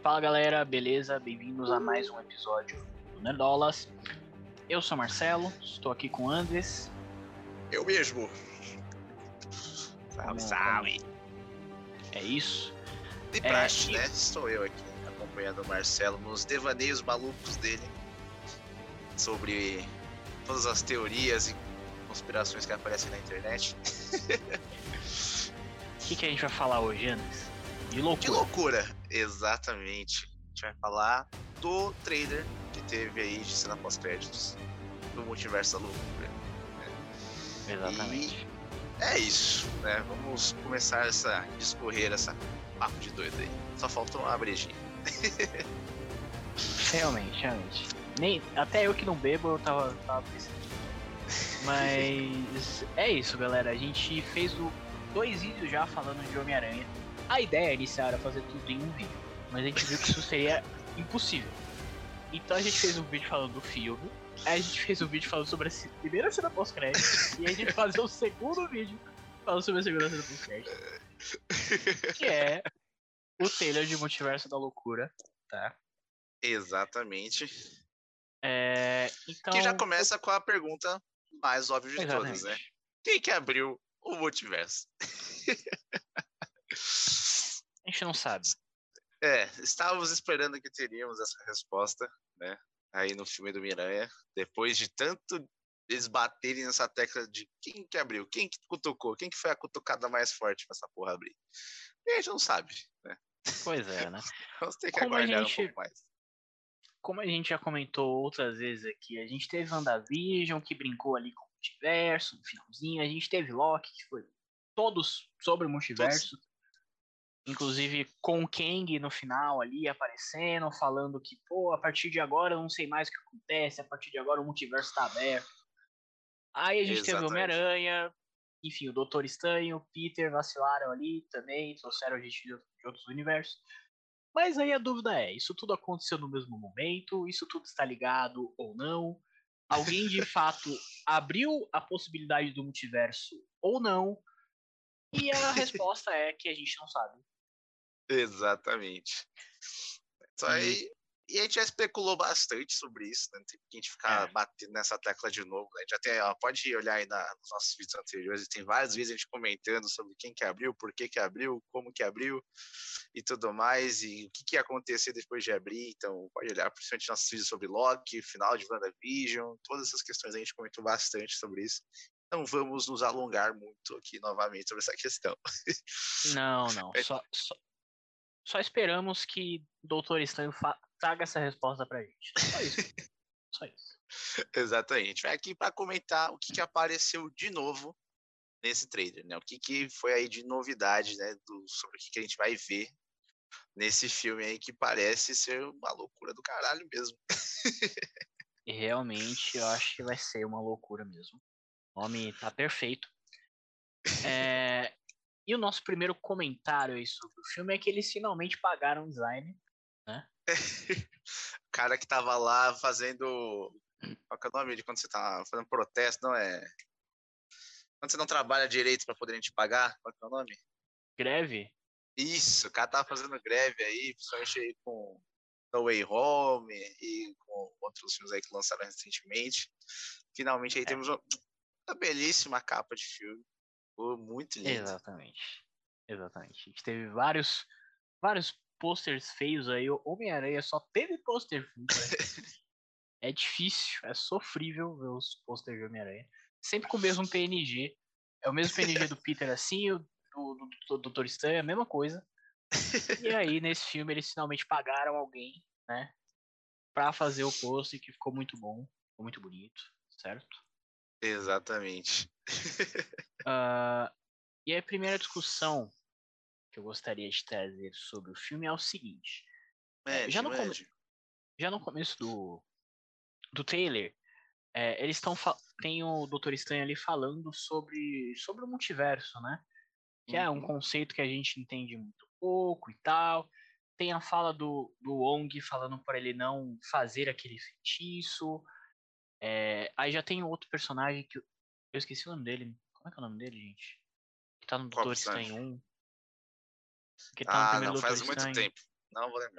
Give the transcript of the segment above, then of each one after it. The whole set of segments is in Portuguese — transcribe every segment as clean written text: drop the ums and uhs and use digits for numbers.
Fala galera, beleza? Bem-vindos a mais um episódio do Nerdolas. Eu sou Marcelo, estou aqui com o Andres. Eu mesmo. Salve. É isso. De praxe, né? Estou eu aqui acompanhando o Marcelo nos devaneios malucos dele sobre todas as teorias e conspirações que aparecem na internet. O que a gente vai falar hoje, Andres? De loucura. De loucura, exatamente. A gente vai falar do trailer que teve aí de cena pós-créditos do Multiverso da Loucura. Exatamente. E é isso, né? Vamos começar essa discorrer, essa papo de doido aí. Só faltou uma brejinha. Realmente. Até eu que não bebo, eu tava pensando. Mas é isso, galera. A gente fez 2 vídeos já falando de Homem-Aranha. A ideia inicial era fazer tudo em um vídeo, mas a gente viu que isso seria impossível. Então a gente fez um vídeo falando do filme, aí a gente fez um vídeo falando sobre a primeira cena pós-crédito, e aí a gente fazer o segundo vídeo falando sobre a segunda cena pós-crédito, que é o trailer de Multiverso da Loucura, tá? Exatamente. Então, que já começa com a pergunta mais óbvia de exatamente. todas, né? Quem que abriu o multiverso? A gente não sabe. Estávamos esperando que teríamos essa resposta, né? Aí no filme do Miranha, depois de tanto eles baterem nessa tecla de quem que abriu, quem que cutucou, quem que foi a cutucada mais forte pra essa porra abrir. E a gente não sabe, né? Pois é, né? Vamos ter que aguardar um pouco mais. Como a gente já comentou outras vezes aqui, a gente teve WandaVision, que brincou ali com o multiverso, no finalzinho. A gente teve Loki, que foi todos sobre o multiverso. Inclusive com o Kang no final ali, aparecendo, falando que, a partir de agora eu não sei mais o que acontece, a partir de agora o multiverso tá aberto. Aí a gente teve o Homem-Aranha, enfim, o Doutor Estranho, o Peter vacilaram ali também, trouxeram a gente de outros universos. Mas aí a dúvida é, isso tudo aconteceu no mesmo momento? Isso tudo está ligado ou não? Alguém de fato abriu a possibilidade do multiverso ou não? E a resposta é que a gente não sabe. Exatamente. E a gente já especulou bastante sobre isso, né? Não tem que a gente ficar batendo nessa tecla de novo. Né? A gente já tem, pode olhar aí nos nossos vídeos anteriores, tem várias vezes a gente comentando sobre quem que abriu, por que abriu, como que abriu e tudo mais, e o que ia acontecer depois de abrir. Então, pode olhar, principalmente nossos vídeos sobre Loki, final de WandaVision, todas essas questões a gente comentou bastante sobre isso. Não vamos nos alongar muito aqui novamente sobre essa questão. Não. Só esperamos que o Doutor Estranho traga essa resposta pra gente. Só isso. Exatamente. A gente vai aqui para comentar o que apareceu de novo nesse trailer, né? O que foi aí de novidade, né? Sobre o que a gente vai ver nesse filme aí que parece ser uma loucura do caralho mesmo. E realmente eu acho que vai ser uma loucura mesmo. O homem tá perfeito. E o nosso primeiro comentário aí sobre o filme é que eles finalmente pagaram o design, né? O cara que tava lá fazendo... Qual que é o nome de quando você tá fazendo protesto? Não é... Quando você não trabalha direito pra poder te pagar, qual que é o nome? Greve? Isso, o cara tava fazendo greve aí, principalmente aí com No Way Home e com outros filmes aí que lançaram recentemente. Finalmente aí temos uma belíssima capa de filme. Ficou muito lindo. Exatamente. A gente teve vários posters feios aí. O Homem-Aranha só teve pôster feio. É difícil, é sofrível ver os posters de Homem-Aranha. Sempre com o mesmo PNG. É o mesmo PNG do Peter assim, do Doutor Estranho, a mesma coisa. E aí, nesse filme, eles finalmente pagaram alguém, né? Pra fazer o pôster, que ficou muito bom. Ficou muito bonito, certo? Exatamente. E a primeira discussão que eu gostaria de trazer sobre o filme é o seguinte. Já no começo do trailer, eles tem o Doutor Estranho ali falando sobre o multiverso, né? Que é um conceito que a gente entende muito pouco e tal. Tem a fala do Wong falando para ele não fazer aquele feitiço. Aí já tem outro personagem que eu esqueci o nome dele. Como é que é o nome dele, gente? Que tá no Doutor Estranho 1. Que tá no primeiro não, Doutor faz Estranho. muito tempo. Não vou lembrar.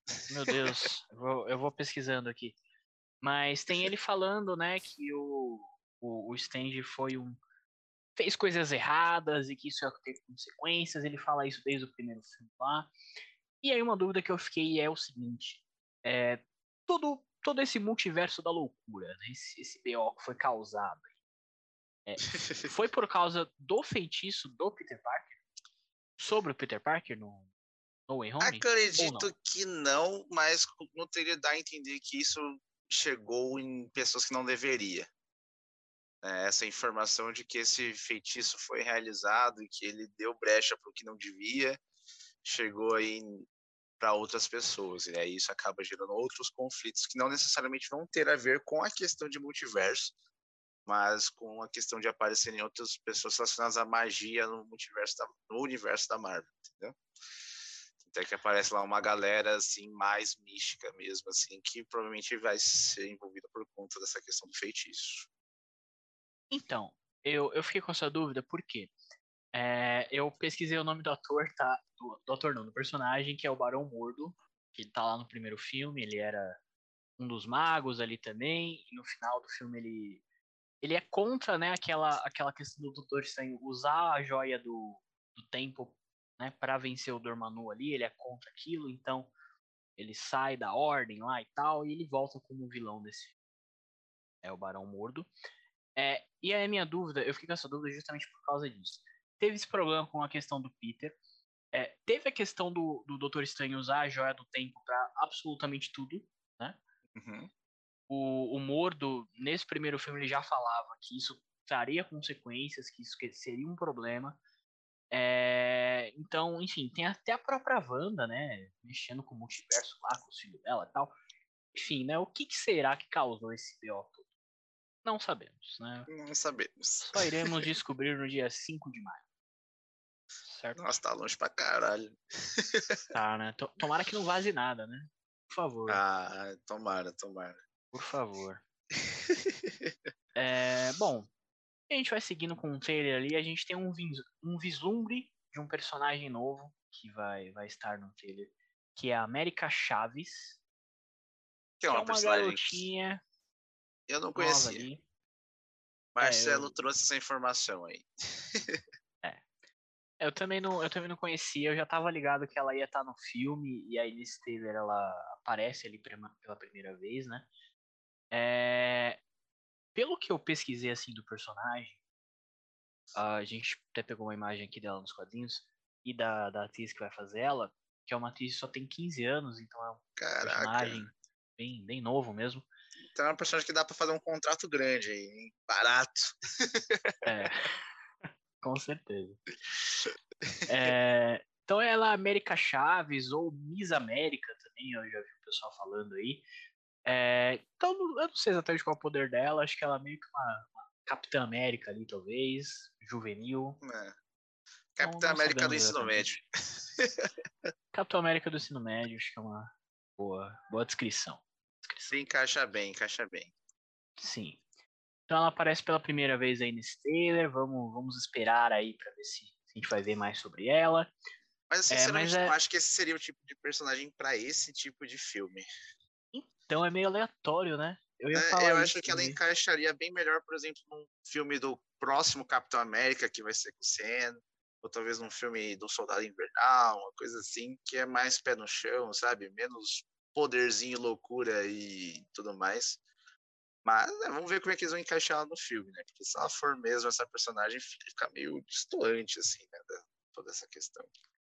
Meu Deus, eu vou pesquisando aqui. Mas tem ele falando, né, que o Stanley fez coisas erradas e que isso ia ter consequências. Ele fala isso desde o primeiro filme lá. E aí uma dúvida que eu fiquei é o seguinte: todo esse multiverso da loucura, né, esse BO que foi causado, foi por causa do feitiço do Peter Parker sobre o Peter Parker no Way Home ou não? Acredito que não, mas não teria dar a entender que isso chegou em pessoas que não deveria. Essa informação de que esse feitiço foi realizado e que ele deu brecha para o que não devia, chegou aí para outras pessoas. E aí isso acaba gerando outros conflitos que não necessariamente vão ter a ver com a questão de multiverso, mas com a questão de aparecerem outras pessoas relacionadas à magia no universo da Marvel, entendeu? Até que aparece lá uma galera assim mais mística mesmo, assim, que provavelmente vai ser envolvida por conta dessa questão do feitiço. Então, eu fiquei com essa dúvida porque eu pesquisei o nome do ator, tá? Do ator não, do personagem, que é o Barão Mordo, que tá lá no primeiro filme, ele era um dos magos ali também, e no final do filme ele é contra, né, aquela questão do Doutor Estranho usar a joia do tempo, né, para vencer o Dormammu ali, ele é contra aquilo, então ele sai da ordem lá e tal, e ele volta como vilão desse filme. É o Barão Mordo. E aí a minha dúvida, eu fiquei com essa dúvida justamente por causa disso. Teve esse problema com a questão do Peter, teve a questão do Doutor Estranho usar a joia do tempo para absolutamente tudo, né? Uhum. O Mordo, nesse primeiro filme, ele já falava que isso traria consequências, que isso seria um problema. Então, enfim, tem até a própria Wanda, né? Mexendo com o multiverso lá, com os filhos dela e tal. Enfim, né? O que será que causou esse BO todo? Não sabemos, né? Não sabemos. Só iremos descobrir no dia 5 de maio. Certo? Nossa, tá longe pra caralho. Tá, né? Tomara que não vaze nada, né? Por favor. Ah, tomara. Por favor. Bom, a gente vai seguindo com o trailer ali. A gente tem um vislumbre de um personagem novo que vai estar no trailer, que é a América Chaves, Que é que é uma uma personagem garotinha que eu não nova conhecia. ali. Marcelo trouxe essa informação aí. É, eu também não conhecia, eu já tava ligado que ela ia estar no filme, e aí nesse trailer ela aparece ali pela primeira vez, né? Pelo que eu pesquisei assim do personagem, a gente até pegou uma imagem aqui dela nos quadrinhos, e da atriz que vai fazer ela, que é uma atriz que só tem 15 anos, então é um Caraca. personagem bem, bem novo mesmo. Então é uma personagem que dá pra fazer um contrato grande aí, hein? Barato. É, com certeza. Então ela é América Chaves, ou Miss América também, eu já vi o pessoal falando aí. Então eu não sei exatamente qual é o poder dela, acho que ela é meio que uma Capitã América ali, talvez, juvenil. É. Não, Capitão não América do sabemos ensino médio. exatamente. Capitão América do ensino médio, acho que é uma boa descrição. Encaixa bem, encaixa bem. Sim. Então ela aparece pela primeira vez aí nesse trailer. Vamos esperar aí pra ver se a gente vai ver mais sobre ela. Mas eu Mas sinceramente não acho que esse seria o tipo de personagem pra esse tipo de filme. então é meio aleatório, né? Eu ia falar Eu isso acho que ela também. encaixaria bem melhor, por exemplo, num filme do próximo Capitão América, que vai ser com o Sam, ou talvez num filme do Soldado Invernal, uma coisa assim, que é mais pé no chão, sabe? Menos poderzinho, loucura e tudo mais. Mas vamos ver como é que eles vão encaixar ela no filme, né? Porque se ela for mesmo essa personagem, fica meio distoante, assim, né? Toda essa questão.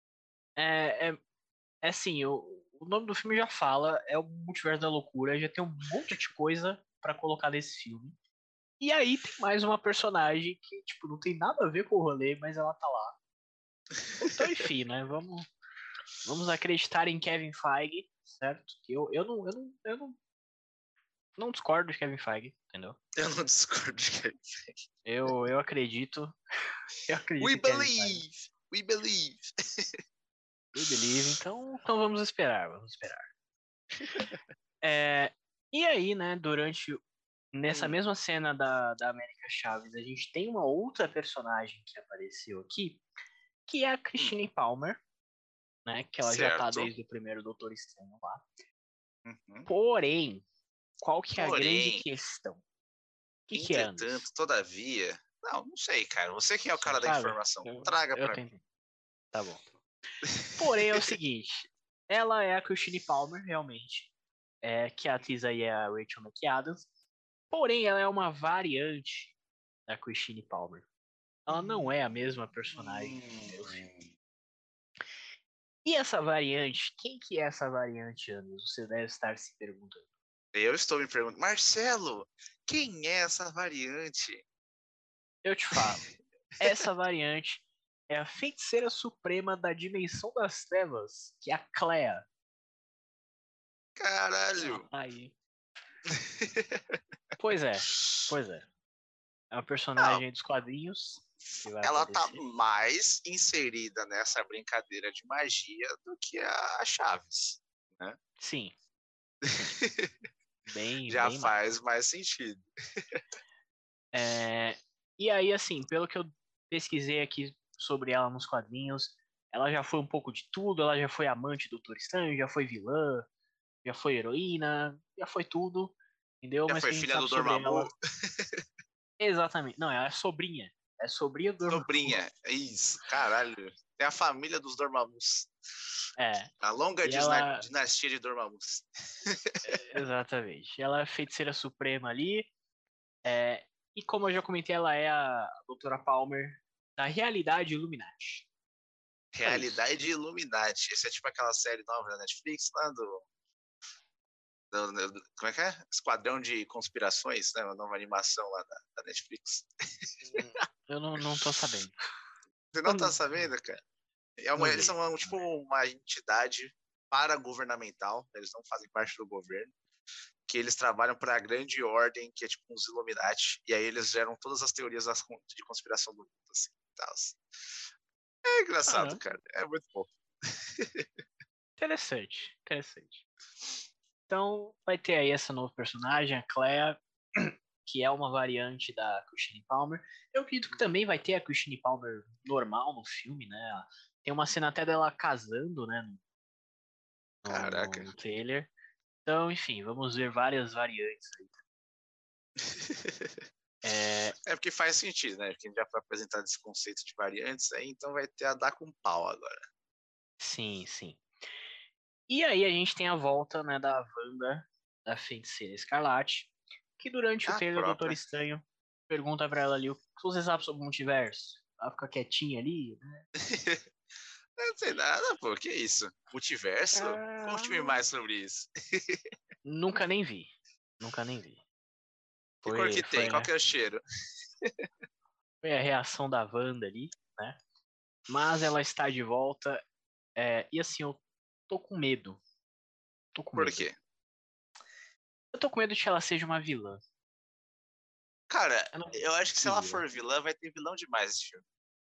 É assim, o nome do filme já fala, é o Multiverso da Loucura, já tem um monte de coisa pra colocar nesse filme. E aí tem mais uma personagem que, tipo, não tem nada a ver com o rolê, mas ela tá lá. Então, enfim, né? Vamos acreditar em Kevin Feige, certo? Que eu não discordo de Kevin Feige, entendeu? Eu não discordo de Kevin. Eu acredito. Eu acredito We em Kevin Feige. believe! We believe! We believe, então vamos esperar, vamos esperar. E aí, né, nessa mesma cena da América Chaves, a gente tem uma outra personagem que apareceu aqui, que é a Christine Palmer, né? Que ela já tá desde o primeiro Doutor Estranho lá. Uhum. Porém, qual que é a grande questão? Que é, Anderson? Todavia... Não sei, cara. Você que é o cara da informação. Traga pra mim. Tá bom. Porém, é o seguinte. Ela é a Christine Palmer, realmente. Que a atriz aí é a Rachel McAdams. Porém, ela é uma variante da Christine Palmer. Ela não é a mesma personagem do primeiro filme. E essa variante, quem que é essa variante, Anderson? Você deve estar se perguntando. Eu estou me perguntando, Marcelo, quem é essa variante? Eu te falo. Essa variante é a feiticeira suprema da Dimensão das Trevas, que é a Clea. Caralho! Aí. Pois é. É uma personagem dos quadrinhos. Ela tá mais inserida nessa brincadeira de magia do que a Chaves, né? Sim. Já bem faz mais sentido. E aí, assim, pelo que eu pesquisei aqui sobre ela nos quadrinhos, ela já foi um pouco de tudo. Ela já foi amante do Doutor Estranho, já foi vilã, já foi heroína, já foi tudo, entendeu? Já mas foi que a gente filha sabe do sobre Dormammu? ela. Exatamente. Não, ela é sobrinha. É sobrinha do Dormammu. Sobrinha, isso, caralho. Tem a família dos Dormammus. A longa dinastia de Dormammus. Exatamente. Ela é feiticeira suprema ali. E como eu já comentei, ela é a Doutora Palmer da Realidade Illuminati. Realidade Illuminati. Esse é tipo aquela série nova da Netflix, lá como é que é? Esquadrão de Conspirações, né? Uma nova animação lá da Netflix. Eu não tô sabendo. Você não tá sabendo, cara? Eles são tipo uma entidade paragovernamental, eles não fazem parte do governo, que eles trabalham para a grande ordem, que é tipo uns Illuminati, e aí eles geram todas as teorias de conspiração do mundo, assim, tal. É engraçado, cara. É muito bom. Interessante. Então, vai ter aí essa nova personagem, a Claire, que é uma variante da Christine Palmer. Eu acredito que também vai ter a Christine Palmer normal no filme, né? Tem uma cena até dela casando, né? Caraca. No trailer. Então, enfim, vamos ver várias variantes aí. Porque faz sentido, né? Porque a gente já foi apresentado esse conceito de variantes aí, então vai ter a dar com pau agora. Sim. E aí a gente tem a volta, né, da Wanda, da Feiticeira Escarlate, que durante o trailer do Doutor Estranho pergunta pra ela ali o que você sabe sobre o multiverso. Ela fica quietinha ali, né? Não sei nada, pô. Que isso? Multiverso? Conte-me mais sobre isso. Nunca nem vi. Que cor que tem? Qual que é o cheiro? Foi a reação da Wanda ali, né? Mas ela está de volta. E assim, eu tô com medo. Por quê? Eu tô com medo de que ela seja uma vilã. Cara, eu acho que se ela for vilã, vai ter vilão demais esse filme.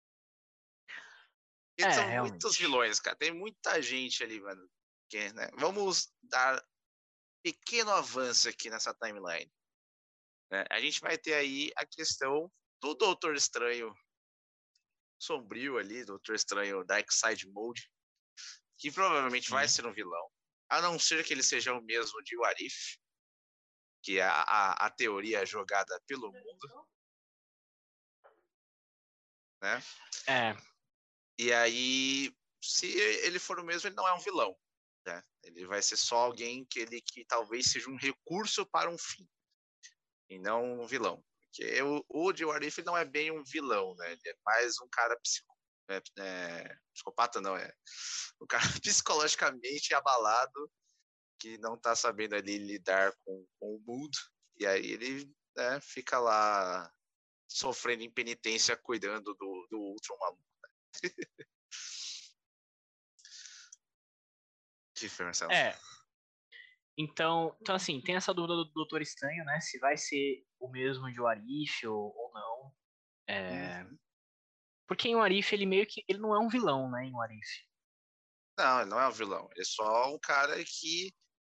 Porque são realmente. muitos vilões, cara. Tem muita gente ali, mano. Né? Vamos dar pequeno avanço aqui nessa timeline. Né? A gente vai ter aí a questão do Doutor Estranho sombrio ali, Doutor Estranho Dark Side Mode, que provavelmente vai ser um vilão. A não ser que ele seja o mesmo de What If, que é a teoria jogada pelo mundo. Né? E aí, se ele for o mesmo, ele não é um vilão. Né? Ele vai ser só alguém que talvez seja um recurso para um fim. E não um vilão. Porque o de What If não é bem um vilão, né? Ele é mais um cara psicopata, não. É um cara psicologicamente abalado que não tá sabendo ali lidar com o mundo. E aí ele fica lá sofrendo impenitência cuidando do Ultron maluco. Né? Que foi, Marcelo? Então, assim, tem essa dúvida do Doutor Estranho, né? Se vai ser o mesmo de What If ou não. Porque em What If, ele meio que... Ele não é um vilão, né? Em What If. Não, ele não é um vilão. Ele é só um cara que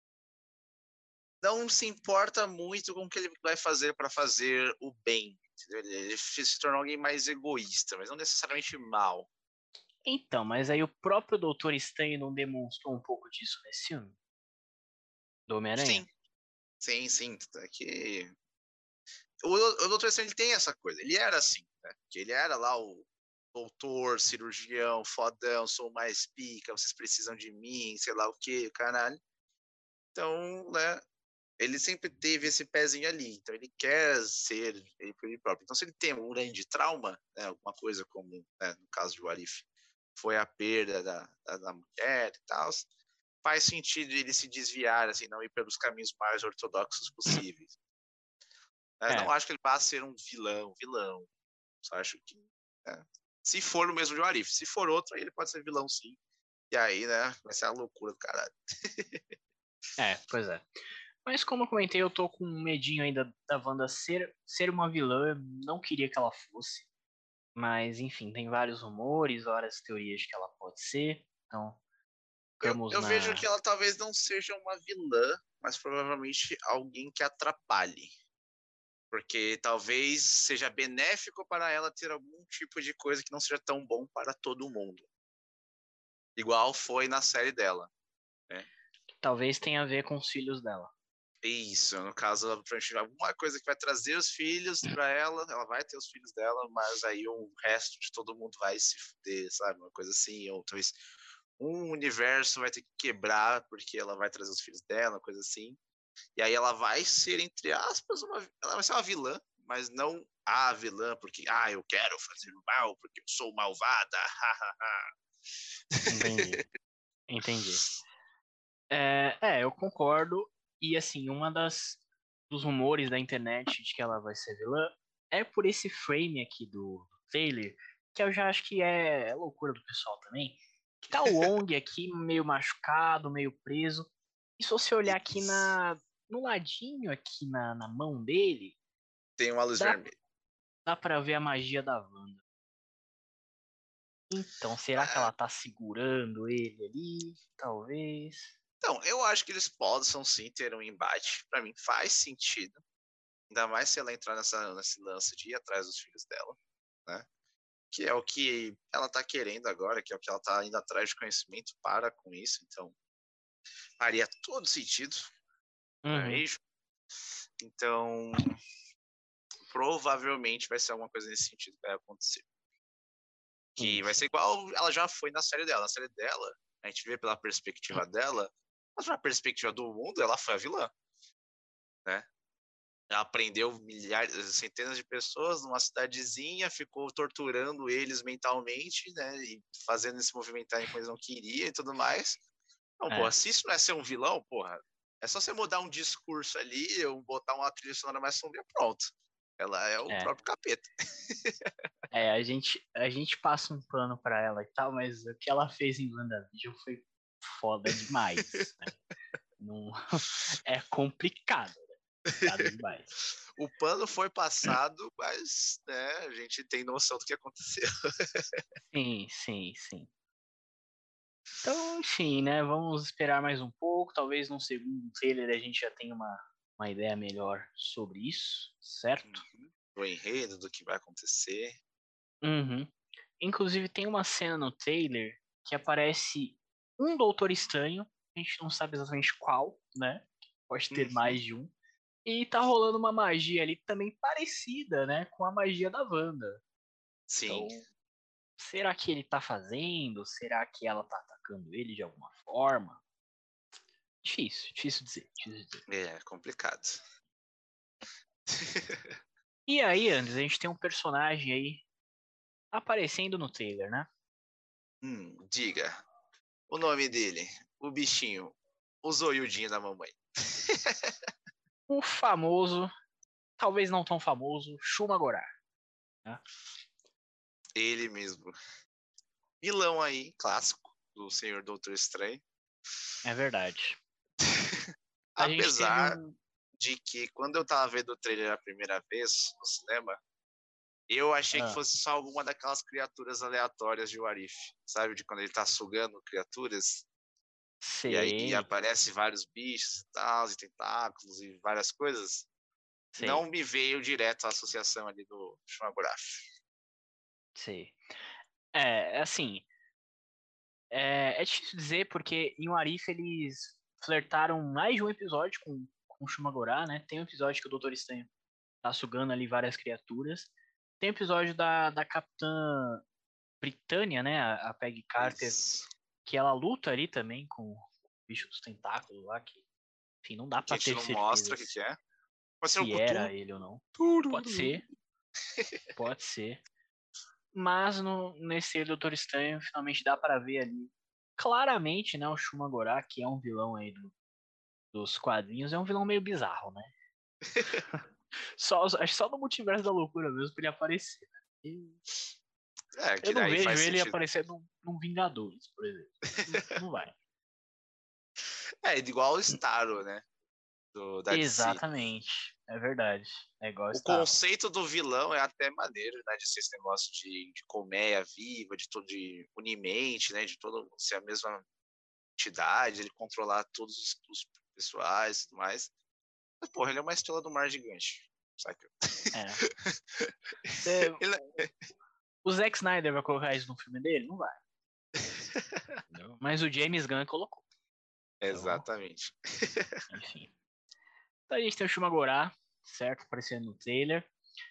não se importa muito com o que ele vai fazer para fazer o bem. Entendeu? Ele se tornou alguém mais egoísta, mas não necessariamente mal. Então, mas aí o próprio Doutor Estranho não demonstrou um pouco disso nesse filme? Do Homem-Aranha? Sim. É que o Doutor Estranho ele tem essa coisa. Ele era assim, né? Que ele era lá o doutor, cirurgião, fodão, sou mais pica, vocês precisam de mim, sei lá o que, caralho. Então, né? Ele sempre teve esse pezinho ali, então ele quer ser ele por ele próprio. Então, se ele tem um grande trauma, né, alguma coisa como, né, no caso de Warif, foi a perda da mulher e tal, faz sentido ele se desviar, assim, não ir pelos caminhos mais ortodoxos possíveis. Mas não acho que ele vá ser um vilão. Só acho que, né, se for o mesmo de Warif, se for outro, aí ele pode ser vilão sim. E aí, né, vai ser a loucura do caralho. Pois é. Mas como eu comentei, eu tô com um medinho ainda da Wanda ser uma vilã. Eu não queria que ela fosse. Mas, enfim, tem vários rumores, várias teorias de que ela pode ser. Então, ficamos Eu vejo na. que ela talvez não seja uma vilã, mas provavelmente alguém que atrapalhe. Porque talvez seja benéfico para ela ter algum tipo de coisa que não seja tão bom para todo mundo. Igual foi na série dela. Né? Talvez tenha a ver com os filhos dela. Isso, no caso, alguma coisa que vai trazer os filhos para ela vai ter os filhos dela, mas aí o resto de todo mundo vai se fuder, sabe? Uma coisa assim, ou talvez um universo vai ter que quebrar porque ela vai trazer os filhos dela, uma coisa assim. E aí ela vai ser, entre aspas, ela vai ser uma vilã, mas não a vilã, porque, eu quero fazer o mal, porque eu sou malvada, Entendi. Eu concordo. E assim, dos rumores da internet de que ela vai ser vilã é por esse frame aqui do trailer, que eu já acho que é loucura do pessoal também. Que tá o Wong aqui meio machucado, meio preso. E se você olhar aqui Isso. no ladinho, aqui na mão dele, Tem uma luz dá, vermelha. dá pra ver a magia da Wanda. Então, será que ela tá segurando ele ali? Talvez. Então, eu acho que eles possam sim ter um embate. Para mim faz sentido. Ainda mais se ela entrar nesse lance de ir atrás dos filhos dela, né? Que é o que ela tá querendo agora, que é o que ela tá indo atrás de conhecimento para com isso. Então, faria todo sentido, não é Uhum. mesmo? Então, provavelmente vai ser alguma coisa nesse sentido que vai acontecer. Que vai Isso. ser igual ela já foi na série dela. Na série dela, a gente vê pela perspectiva dela, mas na perspectiva do mundo, ela foi a vilã, né? Ela prendeu milhares, centenas de pessoas numa cidadezinha, ficou torturando eles mentalmente, né? E fazendo eles se movimentarem como eles não queriam e tudo mais. Não, porra, se isso não é ser um vilão, porra, é só você mudar um discurso ali, ou botar uma trilha sonora mais sombria, pronto. Ela é o É. próprio capeta. A gente passa um pano pra ela e tal, mas o que ela fez em WandaVision foi foda demais, né? Não, é complicado, né? Complicado demais. O pano foi passado, mas né, a gente tem noção do que aconteceu. Sim. Então, enfim, né? Vamos esperar mais um pouco. Talvez num segundo trailer a gente já tenha uma ideia melhor sobre isso, certo? Do enredo, do que vai acontecer. Uhum. Inclusive, tem uma cena no trailer que aparece um Doutor Estranho. A gente não sabe exatamente qual, né? Pode ter mais de um. E tá rolando uma magia ali também parecida, né? Com a magia da Wanda. Sim. Então, será que ele tá fazendo? Será que ela tá atacando ele de alguma forma? Difícil dizer. É complicado. E aí, Andres, a gente tem um personagem aí aparecendo no trailer, né? Diga. O nome dele. O bichinho. O zoiudinho da mamãe. O famoso, talvez não tão famoso, Shuma Gorath. Né? Ele mesmo. Vilão aí, clássico, do Senhor Doutor Estranho. É verdade. A gente teve Apesar um. de que quando eu tava vendo o trailer a primeira vez no cinema, eu achei que fosse só alguma daquelas criaturas aleatórias de Warif, sabe? De quando ele tá sugando criaturas. E aí Sei, aparece vários bichos e tal, e tentáculos e várias coisas. Não sei, me veio direto a associação ali do Shimagurashi. sei. É, assim, É difícil dizer, porque em What If eles flertaram mais de um episódio com o Shumagorá, né? Tem um episódio que o Doutor Estranho tá sugando ali várias criaturas. Tem episódio da Capitã Britânia, né? A Peggy Carter, Isso. que ela luta ali também com o bicho dos tentáculos lá, que, enfim, não dá Que a pra gente ter não certeza mostra o que é. Pode ser o se era Cthulhu. ele ou não. Pode Tururu. ser, pode ser. Mas nesse Doutor Estranho, finalmente dá pra ver ali claramente, né, o Shumagorá, que é um vilão aí dos quadrinhos, é um vilão meio bizarro, né? Acho que só no Multiverso da Loucura mesmo pra ele aparecer. Né? Que Eu não daí faz vejo ele sentido. aparecer num Vingadores, por exemplo. Não vai. Igual o Starro, né? Da DC. Exatamente. É verdade. É igual O Starro. conceito do vilão é até maneiro, né? De ser esse negócio de colmeia viva, de unimente, né? De todo ser a mesma entidade, ele controlar todos os pessoais e tudo mais. Mas, porra, ele é uma estrela do mar gigante. Saca? É. Ele... O Zack Snyder vai colocar isso no filme dele? Não vai. Entendeu? Mas o James Gunn colocou. Então, Exatamente. enfim. Então a gente tem o Shumagorá, certo? Aparecendo no trailer.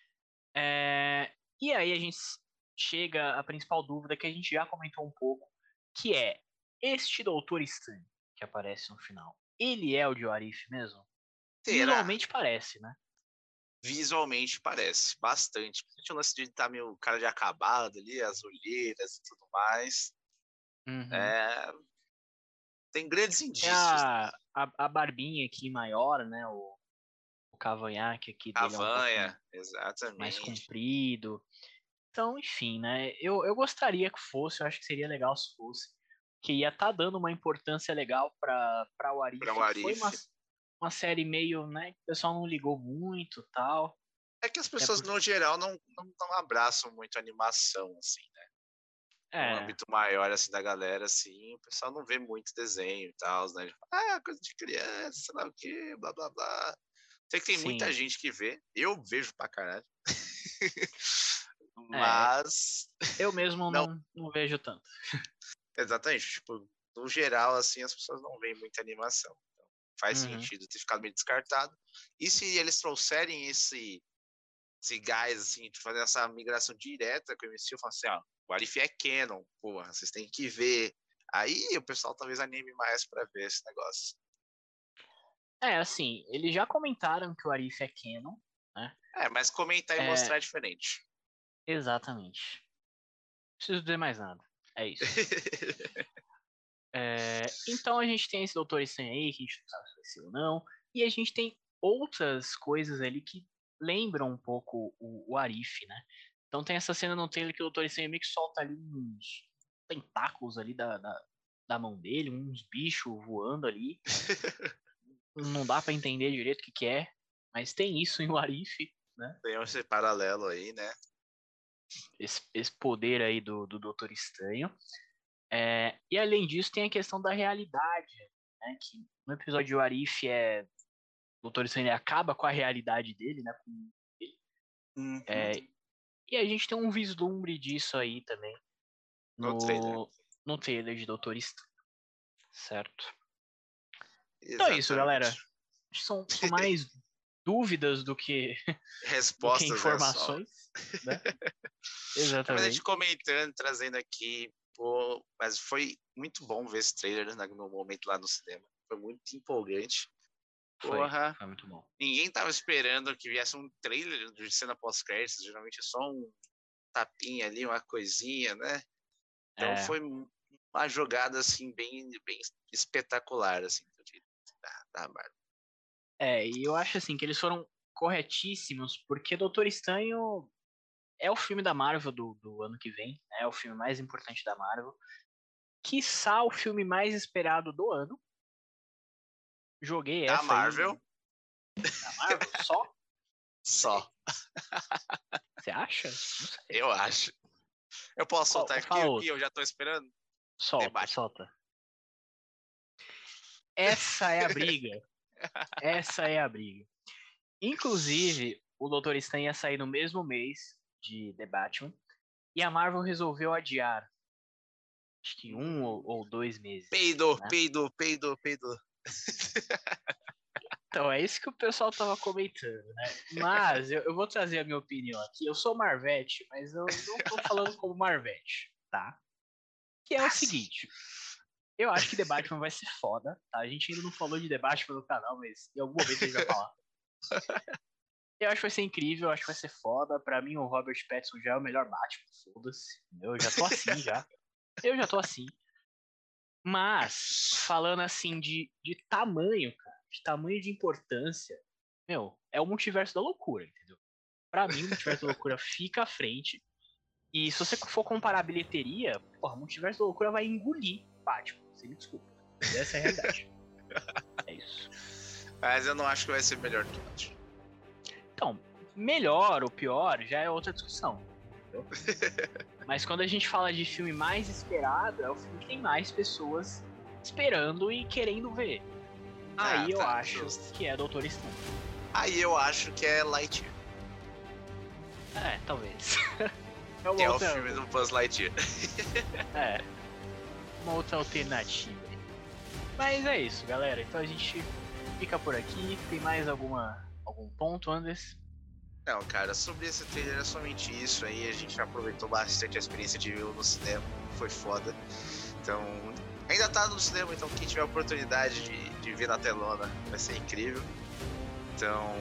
E aí a gente chega à principal dúvida que a gente já comentou um pouco, que é este Doutor Estranho que aparece no final. Ele é o de Arif mesmo? Será? Visualmente parece, né? Visualmente parece bastante. Principalmente o lance de estar meio cara de acabado ali, as olheiras e tudo mais. Uhum. É, tem grandes Tem indícios, né? a barbinha aqui maior, né? O cavanhaque aqui dele é um pouco Cavanha, mais exatamente. comprido. Então, enfim, né? Eu gostaria que fosse, eu acho que seria legal se fosse. Que ia estar dando uma importância legal para o Para Arif, o que foi Arif. uma série meio, né? Que o pessoal não ligou muito tal. É que as Até pessoas, por. no geral, não abraçam muito a animação, assim, né? No É, âmbito maior, assim, da galera, assim, o pessoal não vê muito desenho e tal, né? Coisa de criança, sei lá o quê, blá, blá, blá. Sei que tem muita sim. gente que vê. Eu vejo pra caralho. É, Mas eu mesmo não, não vejo tanto. exatamente. Tipo, no geral, assim, as pessoas não veem muita animação. Então, faz Uhum. sentido ter ficado meio descartado. E se eles trouxerem esse gás, assim, de fazer essa migração direta com o MCU, falar assim, ó, o Arif é canon, porra, vocês têm que ver. Aí o pessoal talvez anime mais pra ver esse negócio. Assim, eles já comentaram que o Arif é canon, né? Mas comentar e É, mostrar é diferente. exatamente. Não preciso dizer mais nada. É isso. Então a gente tem esse Doutor Estranho aí, que a gente não sabe se vai ser ou não. E a gente tem outras coisas ali que lembram um pouco o Arif, né? Então tem essa cena no trailer que o Doutor Estranho meio que solta ali uns tentáculos ali da mão dele, uns bichos voando ali. Não dá pra entender direito o que é, mas tem isso em o Arif, né? Tem esse paralelo aí, né? Esse poder aí do Doutor Estranho. E além disso, tem a questão da realidade, né? Que no episódio de Arif o Doutor Estranho acaba com a realidade dele, né? Uhum. E a gente tem um vislumbre disso aí também No trailer. no trailer de Doutor Estranho, certo? Então é isso, galera. Exatamente. Acho que são mais dúvidas do que, do que Respostas, né, só. informações, né? Mas a gente Exatamente. comentando, trazendo aqui, pô, mas foi muito bom ver esse trailer, né, no momento lá no cinema. Foi muito empolgante. Porra, Foi muito bom. ninguém tava esperando que viesse um trailer de cena pós-créditos, geralmente é só um tapinha ali, uma coisinha, né? Então É, foi uma jogada, assim, bem espetacular, assim, da Marvel. e eu acho assim que eles foram corretíssimos, porque Doutor Estranho é o filme da Marvel do ano que vem, né? É o filme mais importante da Marvel. Quiçá o filme mais esperado do ano. Joguei Da essa Marvel, aí da Marvel, só? Não só, sei. Você acha? Não sei. eu acho. Eu posso soltar aqui Fala o que outro. eu já tô esperando? The Solta, Batman. solta. Essa é a briga. Essa é a briga. Inclusive, o Doutor Estranho ia sair no mesmo mês de The Batman. E a Marvel resolveu adiar Acho que 1 ou 2 meses. Peidou, né? peidou. Então, é isso que o pessoal tava comentando, né? Mas eu vou trazer a minha opinião aqui. Eu sou Marvete, mas eu não tô falando como Marvete, tá? Que é o seguinte. Eu acho que The Batman vai ser foda, tá? A gente ainda não falou de The Batman no canal, mas em algum momento a gente vai falar. Eu acho que vai ser incrível, eu acho que vai ser foda. Pra mim, o Robert Pattinson já é o melhor Batman, foda-se. Eu já tô assim, já. Eu já tô assim. Mas, falando assim de tamanho, cara, de tamanho de importância, meu, é o multiverso da loucura, entendeu? Pra mim, o multiverso da loucura fica à frente. E se você for comparar a bilheteria, porra, o multiverso da loucura vai engolir Batman. Você me desculpa. Mas essa é a realidade. É isso. Mas eu não acho que vai ser melhor que o Batman. Então, melhor ou pior já é outra discussão. Entendeu? Mas quando a gente fala de filme mais esperado, é o filme que tem mais pessoas esperando e querendo ver. Aí eu acho justo. que é Doutor Estranho. Aí eu acho que é Lightyear. É, talvez. Que é o filme do Buzz Lightyear. É. Uma outra alternativa. Mas é isso, galera. Então a gente fica por aqui. Tem mais algum ponto, Anders? Não, cara, sobre esse trailer é somente isso aí. A gente aproveitou bastante a experiência de ver no cinema. Foi foda. Então, ainda tá no cinema, então quem tiver a oportunidade de ver na telona vai ser incrível. Então,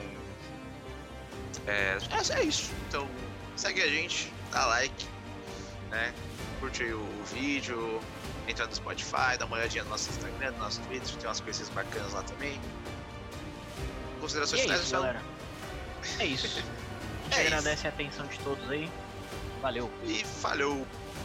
é isso. Então, segue a gente, dá like, né? Curte aí o vídeo, entra no Spotify, dá uma olhadinha no nosso Instagram, no nosso Twitter, tem umas coisas bacanas lá também. Considerações E é finais, isso, galera. É isso. A gente agradece a atenção de todos aí. Valeu. E falhou.